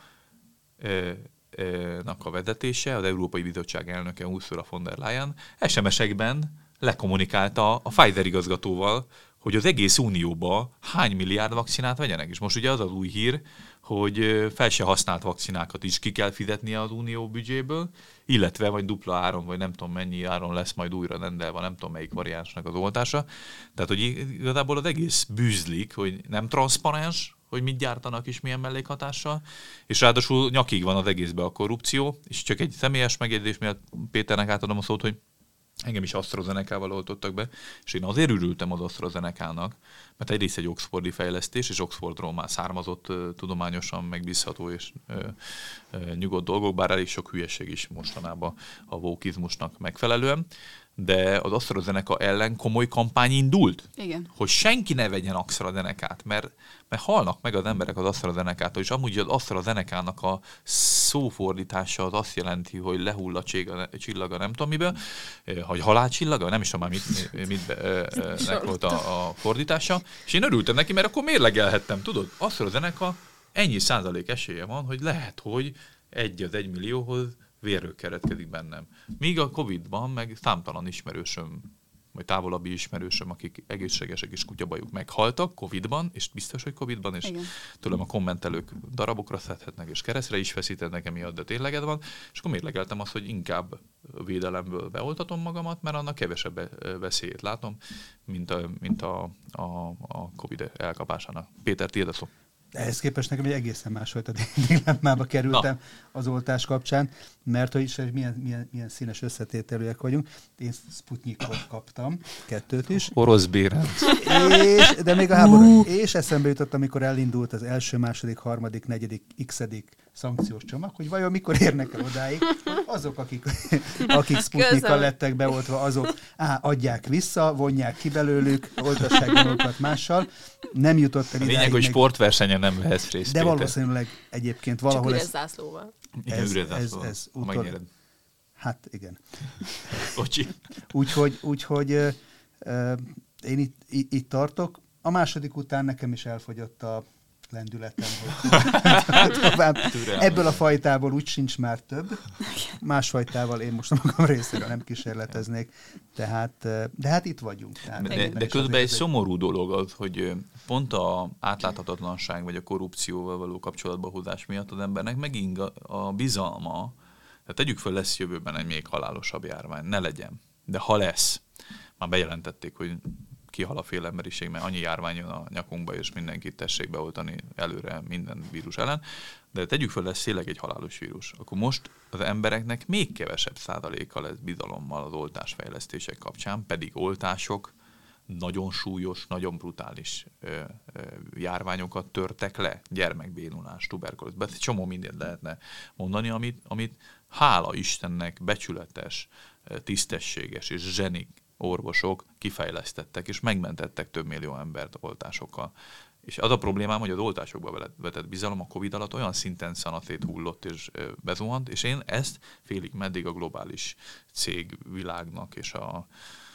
nak a vezetése, az Európai Bizottság elnöke Ursula von der Leyen es em es-ekben lekommunikálta a Pfizer igazgatóval, hogy az egész unióba hány milliárd vakcinát vegyenek. És most ugye az az új hír, hogy fel se használt vakcinákat is ki kell fizetnie az unió büdzséből, illetve vagy dupla áron, vagy nem tudom mennyi áron lesz majd újra rendelve, nem tudom melyik variánsnak az oltása. Tehát, hogy igazából az egész bűzlik, hogy nem transzparens, hogy mit gyártanak és milyen mellékhatással, és ráadásul nyakig van az egészben a korrupció, és csak egy személyes megjegyzés miatt Péternek átadom a szót, hogy engem is AstraZeneca-val oltottak be, és én azért örültem az AstraZeneca-nak, mert egyrészt egy oxfordi fejlesztés, és Oxfordról már származott uh, tudományosan megbízható és uh, uh, nyugodt dolgok, bár elég sok hülyeség is mostanában a vókizmusnak megfelelően, de az AstraZeneca ellen komoly kampány indult, igen. hogy senki ne vegyen AstraZeneca-t, mert, mert halnak meg az emberek az AstraZeneca-tól, és amúgy az AstraZeneca-nak a szófordítása az azt jelenti, hogy lehull a csillaga, nem tudom miből, hogy halálcsillaga, nem is tudom már mit, mit be, nek volt a, a fordítása, és én örültem neki, mert akkor mérlegelhettem, tudod, AstraZeneca ennyi százalék esélye van, hogy lehet, hogy egy az egy millióhoz vérrög keretkezik bennem. Míg a Covid-ban meg számtalan ismerősöm, vagy távolabbi ismerősöm, akik egészségesek és kutyabajuk meghaltak Covid-ban, és biztos, hogy Covid-ban, és igen. Tőlem a kommentelők darabokra szedhetnek, és keresztre is feszítenek emiatt, de tényleg ez van, és akkor mérlegeltem azt, hogy inkább védelemből beoltatom magamat, mert annak kevesebb veszélyét látom, mint a, mint a, a, a Covid elkapásának. Péter, tiéd a szó. Ehhez képest nekem egy egészen másfajta dilemmába kerültem Na. az oltás kapcsán, mert hogy is milyen, milyen, milyen színes összetételűek vagyunk. Én Sputnikot kaptam, kettőt is. Orosz bérem. És, de még a háború. És eszembe jutott, amikor elindult az első, második, harmadik, negyedik, x-edik szankciós csomag, hogy vajon mikor érnek el odáig, hogy azok, akik, akik Sputnikkal lettek beoltva, azok á, adják vissza, vonják ki belőlük, oltassák magukat mással. Nem jutott el idáig. Lényeg, hogy sportversenyen nem vehetsz részt. De valószínűleg egyébként valahol... Csak üres zászlóval. Ez, ez, ez, ez utol... Hát igen. Bocsi. Úgyhogy, úgyhogy uh, uh, én itt, itt, itt tartok. A második után nekem is elfogyott a lendületem, hogy tovább. Ebből a fajtából úgy sincs már több. Más fajtával én most a magam részéről nem kísérleteznék. Tehát, de hát itt vagyunk. Tehát de de közben egy szomorú dolog az, hogy pont a átláthatatlanság vagy a korrupcióval való kapcsolatba hozás miatt az embernek megint a, a bizalma. Tehát tegyük föl, lesz jövőben egy még halálosabb járvány. Ne legyen. De ha lesz, már bejelentették, hogy kihal a fél emberiség, mert annyi járvány jön a nyakunkba, és mindenkit tessék beoltani előre minden vírus ellen. De tegyük föl, lesz tényleg egy halálos vírus. Akkor most az embereknek még kevesebb százaléka lesz bizalommal az oltásfejlesztések kapcsán, pedig oltások nagyon súlyos, nagyon brutális ö, ö, járványokat törtek le. Gyermekbénulás, tuberkulózis, egy csomó mindent lehetne mondani, amit, amit hála Istennek becsületes, tisztességes és zsenik orvosok kifejlesztettek, és megmentettek több millió embert oltásokkal. És az a problémám, hogy az oltásokba vetett bizalom a Covid alatt olyan szinten szanaszét hullott és bezuhant, és én ezt félig meddig a globális cégvilágnak és a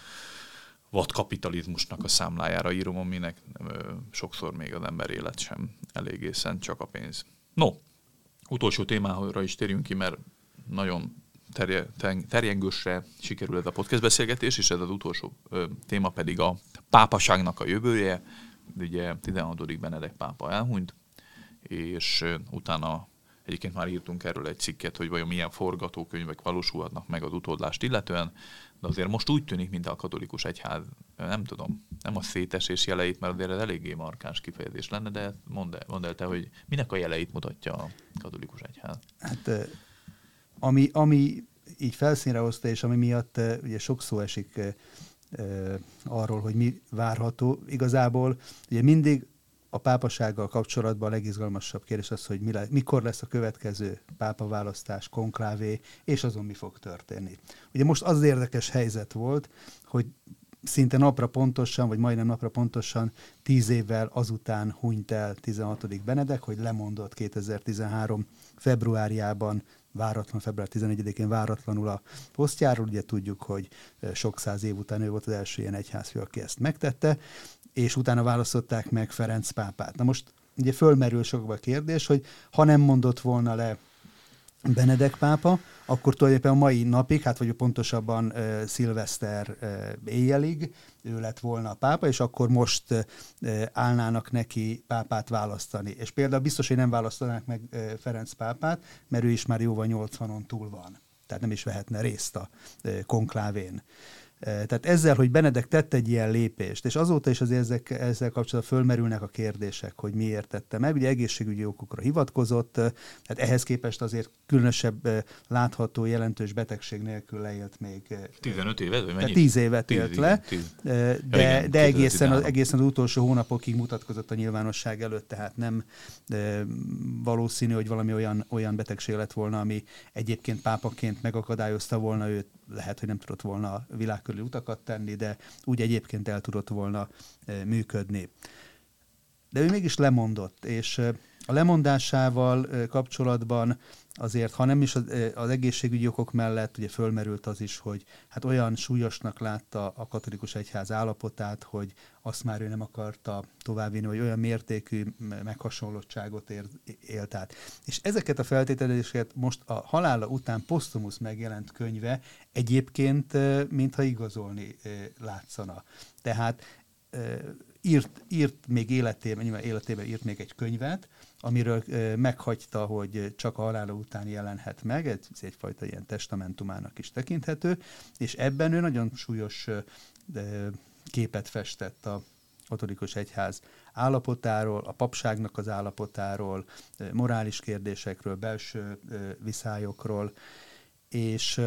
vadkapitalizmusnak a számlájára írom, aminek ö, sokszor még az ember élet sem eléggé szent, csak a pénz. No, utolsó témára is térjünk ki, mert nagyon terje, terjengősre sikerül ez a podcast beszélgetés, és ez az utolsó ö, téma pedig a pápaságnak a jövője. Ugye tizenhatodik Benedek pápa elhunyt, és ö, utána egyébként már írtunk erről egy cikket, hogy vajon milyen forgatókönyvek valósulhatnak meg az utódlást illetően, de azért most úgy tűnik, mint a katolikus egyház, nem tudom, nem a szétesés jeleit, mert azért ez eléggé markáns kifejezés lenne, de mondd el, mondd el te, hogy minek a jeleit mutatja a katolikus egyház? Hát ami, ami így felszínre hozta, és ami miatt ugye sok szó esik arról, hogy mi várható, igazából ugye mindig a pápasággal kapcsolatban a legizgalmasabb kérdés az, hogy mi le, mikor lesz a következő pápaválasztás, konklávé, és azon mi fog történni. Ugye most az érdekes helyzet volt, hogy szinte napra pontosan, vagy majdnem napra pontosan tíz évvel azután hunyt el tizenhatodik Benedek, hogy lemondott kétezer-tizenhárom februárjában, váratlan, február tizenegyedikén váratlanul a posztjáról. Ugye tudjuk, hogy sok száz év után ő volt az első ilyen egyházfő, aki ezt megtette, és utána választották meg Ferenc pápát. Na most ugye fölmerül sokba a kérdés, hogy ha nem mondott volna le Benedek pápa, akkor tulajdonképpen a mai napig, hát vagy pontosabban uh, szilveszter uh, éjjelig ő lett volna a pápa, és akkor most uh, állnának neki pápát választani. És például biztos, hogy nem választanák meg uh, Ferenc pápát, mert ő is már jóval nyolcvanon túl van. Tehát nem is vehetne részt a uh, konklávén. Tehát ezzel, hogy Benedek tett egy ilyen lépést, és azóta is azért ezek, ezzel kapcsolatban fölmerülnek a kérdések, hogy miért tette meg. Ugye egészségügyi okokra hivatkozott, tehát ehhez képest azért különösebb látható, jelentős betegség nélkül leélt még. tizenöt évet? Vagy mennyi? tíz évet tíz, élt le, tíz. de, ja, igen, de egészen, az, egészen az utolsó hónapokig mutatkozott a nyilvánosság előtt, tehát nem valószínű, hogy valami olyan, olyan betegség lett volna, ami egyébként pápaként megakadályozta volna őt. Lehet, hogy nem tudott volna a világ körüli utakat tenni, de úgy egyébként el tudott volna e, működni. De ő mégis lemondott, és e, a lemondásával e, kapcsolatban azért, ha nem is az, e, az egészségügyi okok mellett, ugye fölmerült az is, hogy hát olyan súlyosnak látta a katolikus egyház állapotát, hogy azt már ő nem akarta továbbvinni, vagy olyan mértékű meghasonlottságot élt át. És ezeket a feltételezéseket most a halála után posztumusz megjelent könyve egyébként mintha igazolni látszana. Tehát írt, írt még életében, nyilván életében írt még egy könyvet, amiről meghagyta, hogy csak a halála után jelenhet meg, ez egyfajta ilyen testamentumának is tekinthető, és ebben ő nagyon súlyos képet festett a katolikus egyház állapotáról, a papságnak az állapotáról, morális kérdésekről, belső viszályokról, és,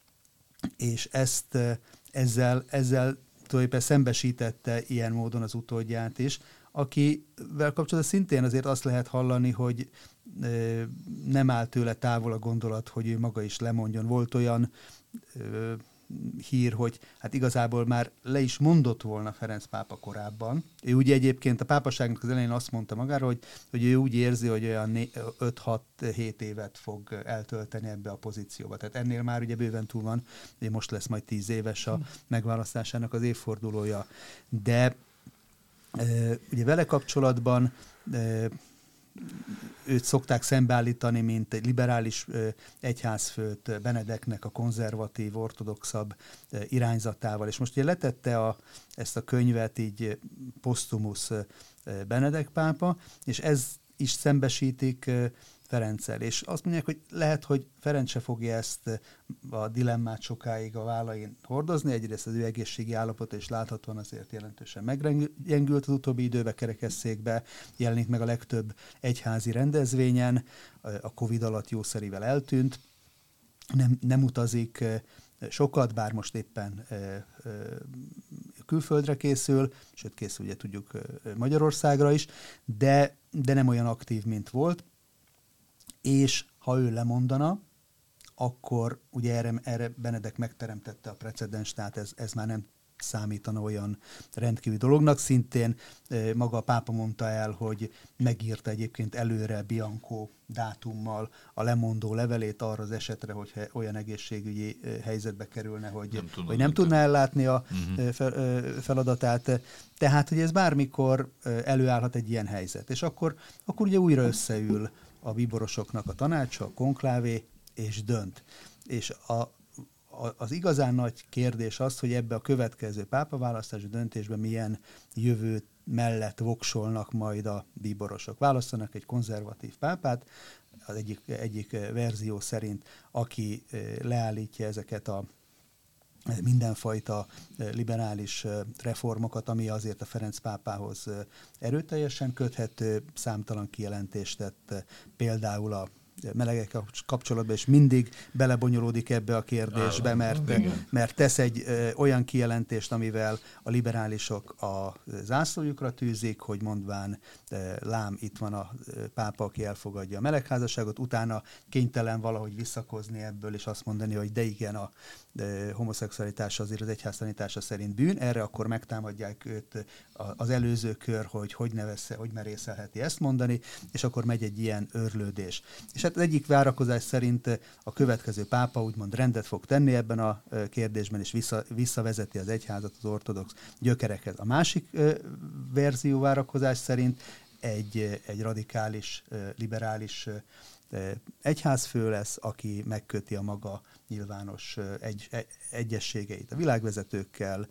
és ezt ezzel, ezzel tulajdonképpen szembesítette ilyen módon az utódját is, akivel kapcsolatban szintén azért azt lehet hallani, hogy nem áll tőle távol a gondolat, hogy ő maga is lemondjon. Volt olyan ö, hír, hogy hát igazából már le is mondott volna Ferenc pápa korábban. Ő ugye egyébként a pápaságnak az elején azt mondta magára, hogy, hogy ő úgy érzi, hogy olyan öt-hat-hét évet fog eltölteni ebbe a pozícióba. Tehát ennél már ugye bőven túl van, ugye most lesz majd tíz éves a megválasztásának az évfordulója. De ö, ugye vele kapcsolatban ö, őt szokták szembeállítani, mint egy liberális egyházfőt Benedeknek a konzervatív, ortodoxabb irányzatával. És most ugye letette a, ezt a könyvet így posztumusz Benedek pápa, és ez is szembesítik Ferenccel. És azt mondják, hogy lehet, hogy Ferenc se fogja ezt a dilemmát sokáig a vállain hordozni. Egyrészt az ő egészségi állapota is láthatóan azért jelentősen meggyengült az utóbbi időben, kerekesszékbe jelenik meg a legtöbb egyházi rendezvényen, a Covid alatt jószerivel eltűnt, nem, nem utazik sokat, bár most éppen külföldre készül, sőt készül, ugye tudjuk, Magyarországra is, de, de nem olyan aktív, mint volt. És ha ő lemondana, akkor ugye erre, erre Benedek megteremtette a precedens, tehát ez, ez már nem számítana olyan rendkívüli dolognak. Szintén e, maga a pápa mondta el, hogy megírta egyébként előre Bianco dátummal a lemondó levelét arra az esetre, hogy olyan egészségügyi helyzetbe kerülne, hogy nem, hogy nem tudná ellátni a uh-huh. fel, feladatát. Tehát, hogy ez bármikor előállhat egy ilyen helyzet. És akkor, akkor ugye újra összeül a bíborosoknak a tanácsa, a konklávé, és dönt. És a, a, az igazán nagy kérdés az, hogy ebbe a következő pápaválasztási döntésben milyen jövő mellett voksolnak majd a bíborosok. Választanak egy konzervatív pápát, az egyik, egyik verzió szerint, aki leállítja ezeket a mindenfajta liberális reformokat, ami azért a Ferenc pápához erőteljesen köthető, számtalan kijelentést tett például a melegek kapcsolatban, és mindig belebonyolódik ebbe a kérdésbe, mert, mert tesz egy ö, olyan kijelentést, amivel a liberálisok a zászlójukra tűzik, hogy mondván ö, lám, itt van a ö, pápa, aki elfogadja a melegházasságot, utána kénytelen valahogy visszakozni ebből, és azt mondani, hogy de igen, a ö, homoszexualitás azért az egyház tanítása szerint bűn, erre akkor megtámadják őt az előző kör, hogy hogy nevezze, hogy merészelheti ezt mondani, és akkor megy egy ilyen őrlődés. És hát az egyik várakozás szerint a következő pápa úgymond rendet fog tenni ebben a kérdésben, és vissza, visszavezeti az egyházat az ortodox gyökerekhez. A másik ö, verzió várakozás szerint egy, egy radikális, liberális egyházfő lesz, aki megköti a maga nyilvános egy, egyességeit a világvezetőkkel,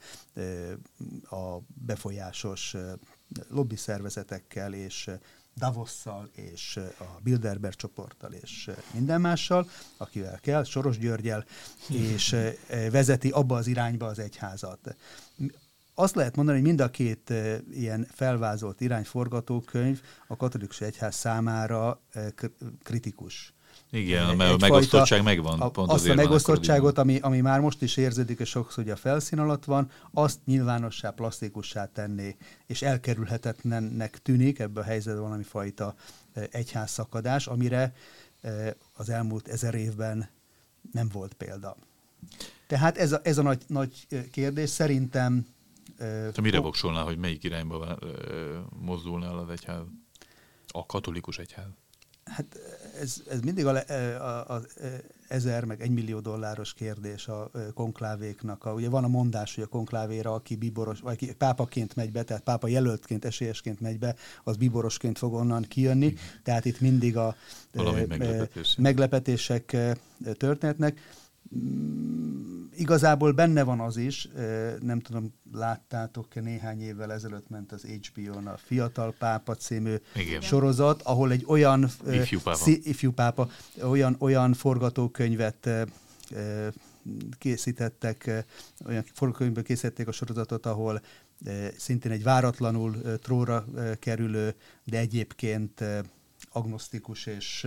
a befolyásos lobby szervezetekkel, és Davosszal, és a Bilderberg csoporttal, és minden mással, akivel kell, Soros Györgyel, és vezeti abba az irányba az egyházat. Azt lehet mondani, hogy mind a két e, ilyen felvázolt irányforgatókönyv a katolikus egyház számára e, kritikus. Igen, mert a megosztottság megvan. A, pont azt a megosztottságot, ami, ami már most is érződik, és sokszor ugye a felszín alatt van, azt nyilvánossá, plastikussá tenni, és elkerülhetetlennek tűnik ebben a helyzetben valami fajta egyházszakadás, amire e, az elmúlt ezer évben nem volt példa. Tehát ez a, ez a nagy, nagy kérdés szerintem. Te mire voksolnál, hogy melyik irányba mozdulna el az egyház? A katolikus egyház? Hát ez, ez mindig a, a, a ezer meg egymillió dolláros kérdés a konklávéknak. A, ugye van a mondás, hogy a konklávéra, aki bíboros, vagy aki pápaként megy be, tehát pápa jelöltként, esélyesként megy be, az bíborosként fog onnan kijönni. Tehát itt mindig a meglepetés. meglepetések történetnek. Igazából benne van az is, nem tudom, láttátok-e, néhány évvel ezelőtt ment az há bé ó-n a Fiatal Pápa című Igen. sorozat, ahol egy olyan ifjú pápa, szí, ifjú pápa olyan, olyan forgatókönyvet készítettek, olyan forgatókönyvből készítették a sorozatot, ahol szintén egy váratlanul trónra kerülő, de egyébként agnosztikus és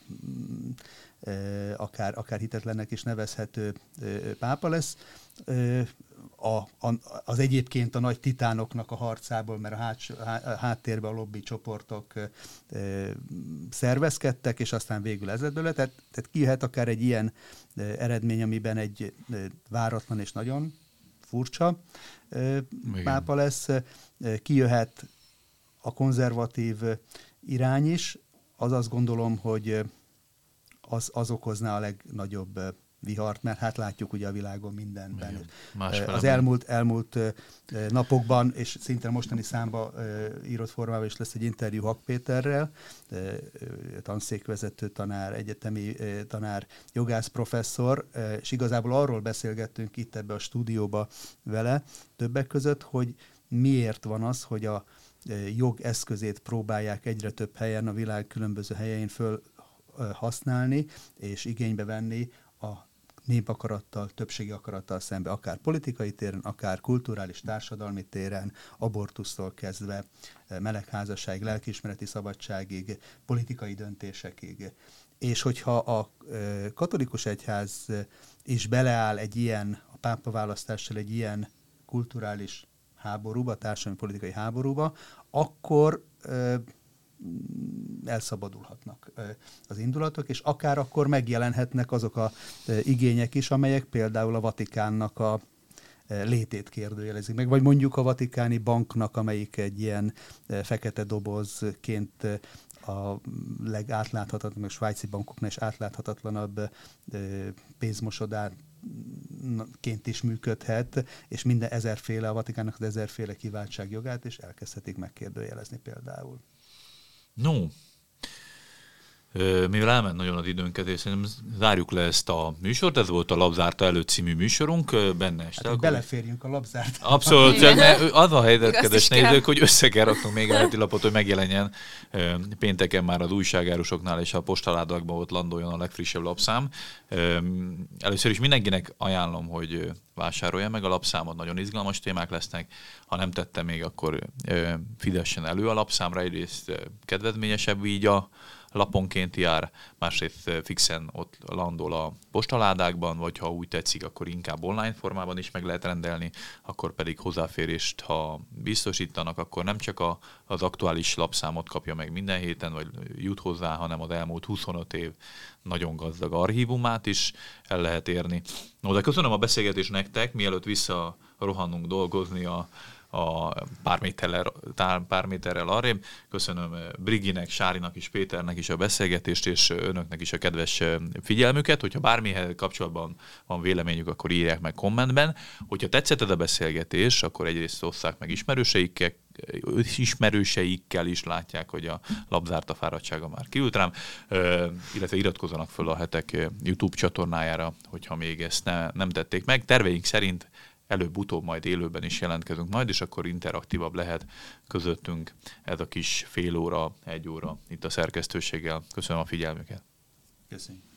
akár, akár hitetlennek is nevezhető pápa lesz. A, a, az egyébként a nagy titánoknak a harcából, mert a, háts, a háttérben a lobby csoportok e, szervezkedtek, és aztán végül ez lett belőle. Tehát, tehát kijöhet akár egy ilyen e, eredmény, amiben egy e, váratlan és nagyon furcsa e, pápa lesz. E, kijöhet a konzervatív irány is. Az azt gondolom, hogy az, az okozná a legnagyobb vihart, mert hát látjuk ugye a világon mindenben. Az elmúlt, elmúlt napokban, és szinte mostani számba írott formában is lesz egy interjú Hak Péterrel, tanszékvezető tanár, egyetemi tanár, jogász professzor, és igazából arról beszélgettünk itt ebbe a stúdióba vele többek között, hogy miért van az, hogy a jog eszközét próbálják egyre több helyen, a világ különböző helyein föl használni és igénybe venni a népakarattal, többségi akarattal szembe, akár politikai téren, akár kulturális, társadalmi téren, abortusztól kezdve, melegházasságig, lelkiismereti szabadságig, politikai döntésekig. És hogyha a katolikus egyház is beleáll egy ilyen, a pápa választással egy ilyen kulturális háborúba, társadalmi politikai háborúba, akkor elszabadulhatnak az indulatok, és akár akkor megjelenhetnek azok az igények is, amelyek például a Vatikánnak a létét kérdőjelezik meg, vagy mondjuk a Vatikáni Banknak, amelyik egy ilyen fekete dobozként a legátláthatatlan, meg svájci bankoknál is átláthatatlanabb pénzmosodát ként is működhet, és minden ezerféle, a Vatikánnak az ezerféle kiváltság jogát, és elkezdhetik megkérdőjelezni például. No, mivel elment nagyon az időnket, és szerintem zárjuk le ezt a műsort. Ez volt a Labzárta előtt című műsorunk. Benne este. Hát, akkor... beleférjünk a Labzárta. Abszolút. Az a helyzet, kedves nézők, hogy össze kell raknunk még a heti lapot, hogy megjelenjen pénteken már az újságárusoknál és a postaládakban ott landoljon a legfrissebb lapszám. Először is mindenkinek ajánlom, hogy vásárolja meg a lapszámot, nagyon izgalmas témák lesznek. Ha nem tette még, akkor fizessen elő a lapszámra, egyrészt kedvezményesebb így a laponként jár, másrészt fixen ott landol a postaládákban, vagy ha úgy tetszik, akkor inkább online formában is meg lehet rendelni, akkor pedig hozzáférést, ha biztosítanak, akkor nem csak a, az aktuális lapszámot kapja meg minden héten, vagy jut hozzá, hanem az elmúlt huszonöt év nagyon gazdag archívumát is el lehet érni. No, de köszönöm a beszélgetést nektek, mielőtt vissza rohannunk dolgozni a a pár méterrel, pár méterrel arrébb. Köszönöm Briginek, Sárinak és Péternek is a beszélgetést, és önöknek is a kedves figyelmüket. Hogyha bármihez kapcsolatban van véleményük, akkor írják meg kommentben. Hogyha tetszett ez a beszélgetés, akkor egyrészt osszák meg ismerőseikkel, ismerőseikkel is látják, hogy a Labzárta fáradtsága már kiült rám, illetve iratkozzanak föl a Hetek YouTube csatornájára, hogyha még ezt ne, nem tették meg. Terveink szerint előbb-utóbb majd élőben is jelentkezünk majd, és akkor interaktívabb lehet közöttünk ez a kis fél óra, egy óra itt a szerkesztőséggel. Köszönöm a figyelmüket. Köszönjük.